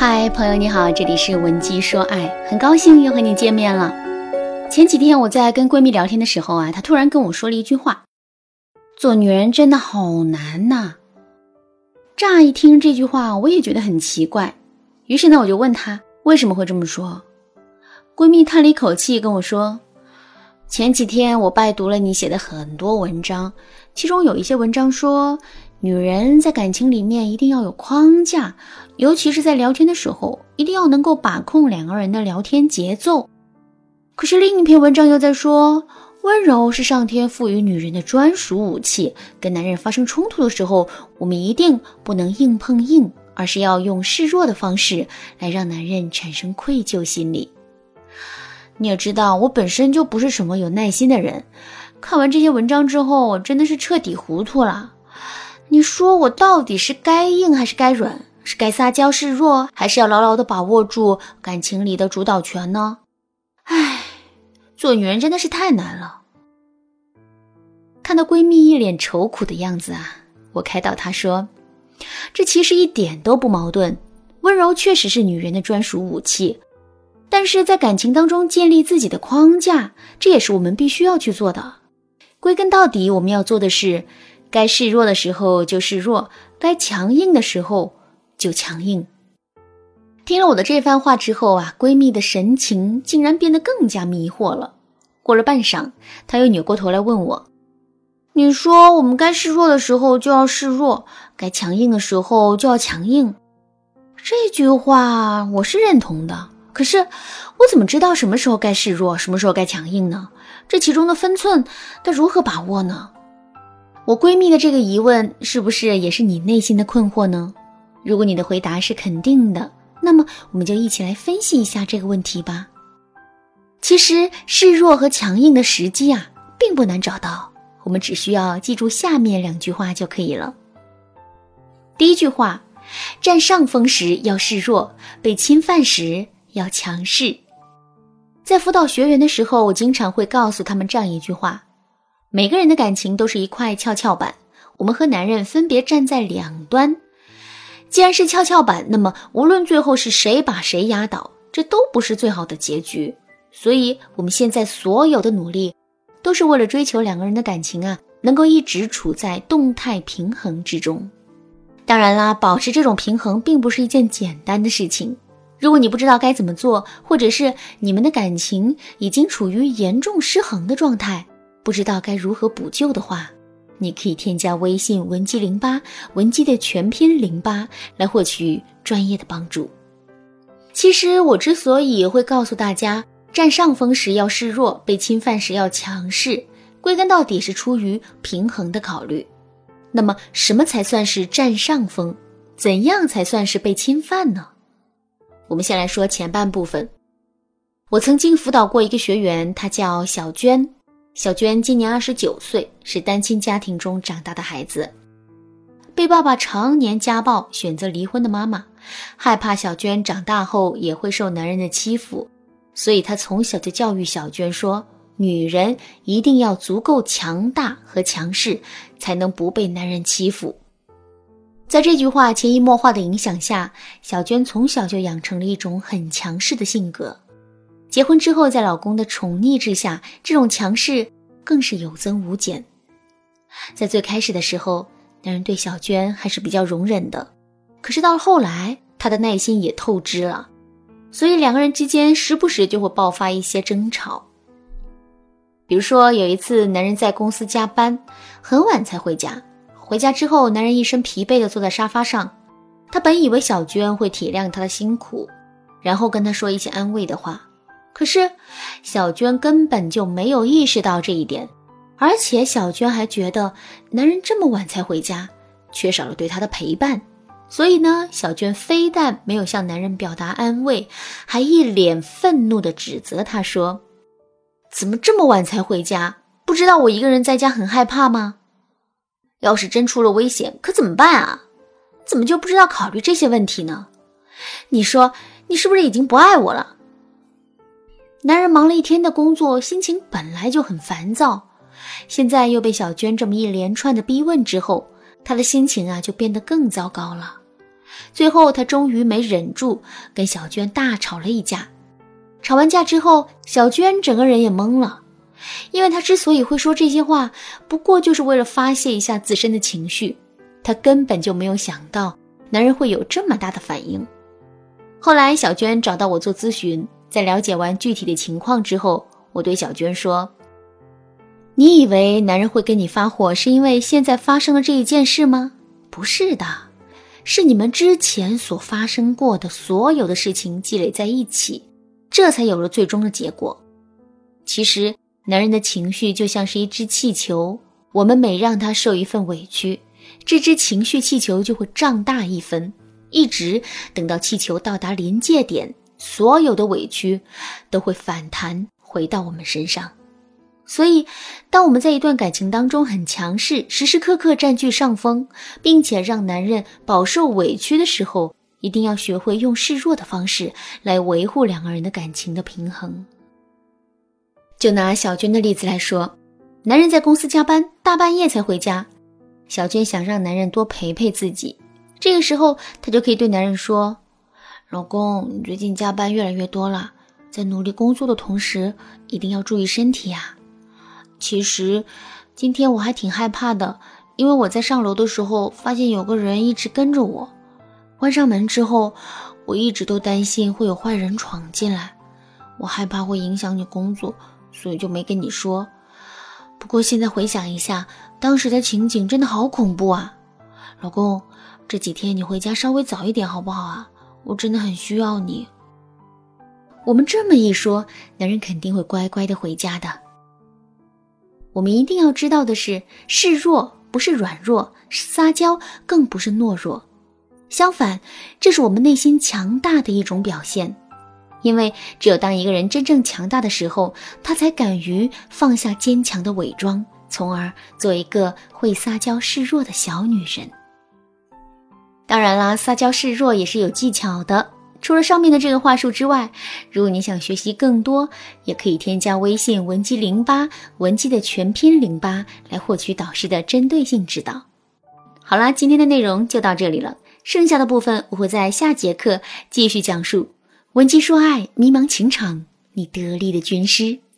嗨，朋友你好，这里是文姬说爱，很高兴又和你见面了。前几天我在跟闺蜜聊天的时候她突然跟我说了一句话，做女人真的好难呐。乍一听这句话我也觉得很奇怪，于是我就问她为什么会这么说。闺蜜叹了一口气跟我说，前几天我拜读了你写的很多文章，其中有一些文章说女人在感情里面一定要有框架，尤其是在聊天的时候一定要能够把控两个人的聊天节奏。可是另一篇文章又在说，温柔是上天赋予女人的专属武器，跟男人发生冲突的时候，我们一定不能硬碰硬，而是要用示弱的方式来让男人产生愧疚心理。你也知道我本身就不是什么有耐心的人，看完这些文章之后我真的是彻底糊涂了。你说我到底是该硬还是该软？是该撒娇示弱，还是要牢牢地把握住感情里的主导权呢？唉，做女人真的是太难了。看到闺蜜一脸愁苦的样子我开导她说，这其实一点都不矛盾，温柔确实是女人的专属武器，但是在感情当中建立自己的框架，这也是我们必须要去做的。归根到底，我们要做的是该示弱的时候就示弱，该强硬的时候就强硬。听了我的这番话之后闺蜜的神情竟然变得更加迷惑了。过了半晌，她又扭过头来问我，你说我们该示弱的时候就要示弱，该强硬的时候就要强硬。这句话我是认同的，可是我怎么知道什么时候该示弱，什么时候该强硬呢？这其中的分寸该如何把握呢？我闺蜜的这个疑问是不是也是你内心的困惑呢？如果你的回答是肯定的，那么我们就一起来分析一下这个问题吧。其实示弱和强硬的时机并不难找到，我们只需要记住下面两句话就可以了。第一句话，占上风时要示弱，被侵犯时要强势。在辅导学员的时候，我经常会告诉他们这样一句话，每个人的感情都是一块跷跷板，我们和男人分别站在两端。既然是跷跷板，那么无论最后是谁把谁压倒，这都不是最好的结局。所以我们现在所有的努力都是为了追求两个人的感情能够一直处在动态平衡之中。当然啦，保持这种平衡并不是一件简单的事情。如果你不知道该怎么做，或者是你们的感情已经处于严重失衡的状态，不知道该如何补救的话，你可以添加微信文姬08，文姬的全拼08，来获取专业的帮助。其实我之所以会告诉大家占上风时要示弱，被侵犯时要强势，归根到底是出于平衡的考虑。那么什么才算是占上风？怎样才算是被侵犯呢？我们先来说前半部分。我曾经辅导过一个学员，她叫小娟。小娟今年29岁，是单亲家庭中长大的孩子，被爸爸常年家暴，选择离婚的妈妈，害怕小娟长大后也会受男人的欺负，所以她从小就教育小娟说，女人一定要足够强大和强势，才能不被男人欺负。在这句话潜移默化的影响下，小娟从小就养成了一种很强势的性格。结婚之后，在老公的宠溺之下，这种强势更是有增无减。在最开始的时候，男人对小娟还是比较容忍的，可是到了后来，他的耐心也透支了，所以两个人之间时不时就会爆发一些争吵。比如说有一次，男人在公司加班，很晚才回家，回家之后，男人一身疲惫地坐在沙发上，他本以为小娟会体谅他的辛苦，然后跟他说一些安慰的话，可是小娟根本就没有意识到这一点，而且小娟还觉得男人这么晚才回家，缺少了对她的陪伴。所以呢，小娟非但没有向男人表达安慰，还一脸愤怒地指责他说，怎么这么晚才回家？不知道我一个人在家很害怕吗？要是真出了危险可怎么办怎么就不知道考虑这些问题呢？你说你是不是已经不爱我了？男人忙了一天的工作，心情本来就很烦躁，现在又被小娟这么一连串的逼问之后，他的心情就变得更糟糕了。 最后他终于没忍住，跟小娟大吵了一架。吵完架之后，小娟整个人也懵了，因为她之所以会说这些话，不过就是为了发泄一下自身的情绪，她根本就没有想到男人会有这么大的反应。后来小娟找到我做咨询，在了解完具体的情况之后，我对小娟说，你以为男人会跟你发火是因为现在发生了这一件事吗？不是的，是你们之前所发生过的所有的事情积累在一起，这才有了最终的结果。其实男人的情绪就像是一只气球，我们每让他受一份委屈，这只情绪气球就会胀大一分，一直等到气球到达临界点，所有的委屈都会反弹回到我们身上。所以当我们在一段感情当中很强势，时时刻刻占据上风，并且让男人饱受委屈的时候，一定要学会用示弱的方式来维护两个人的感情的平衡。就拿小娟的例子来说，男人在公司加班，大半夜才回家，小娟想让男人多陪陪自己，这个时候她就可以对男人说，老公，你最近加班越来越多了，在努力工作的同时一定要注意身体啊。其实今天我还挺害怕的，因为我在上楼的时候发现有个人一直跟着我，关上门之后我一直都担心会有坏人闯进来，我害怕会影响你工作，所以就没跟你说。不过现在回想一下，当时的情景真的好恐怖啊。老公，这几天你回家稍微早一点好不好啊？我真的很需要你。我们这么一说，男人肯定会乖乖的回家的。我们一定要知道的是，示弱不是软弱，撒娇更不是懦弱。相反，这是我们内心强大的一种表现。因为只有当一个人真正强大的时候，他才敢于放下坚强的伪装，从而做一个会撒娇示弱的小女人。当然啦，撒娇示弱也是有技巧的。除了上面的这个话术之外，如果你想学习更多，也可以添加微信文姬08，文姬的全拼08，来获取导师的针对性指导。好啦，今天的内容就到这里了，剩下的部分我会在下节课继续讲述。文姬说爱，迷茫情场，你得力的军师。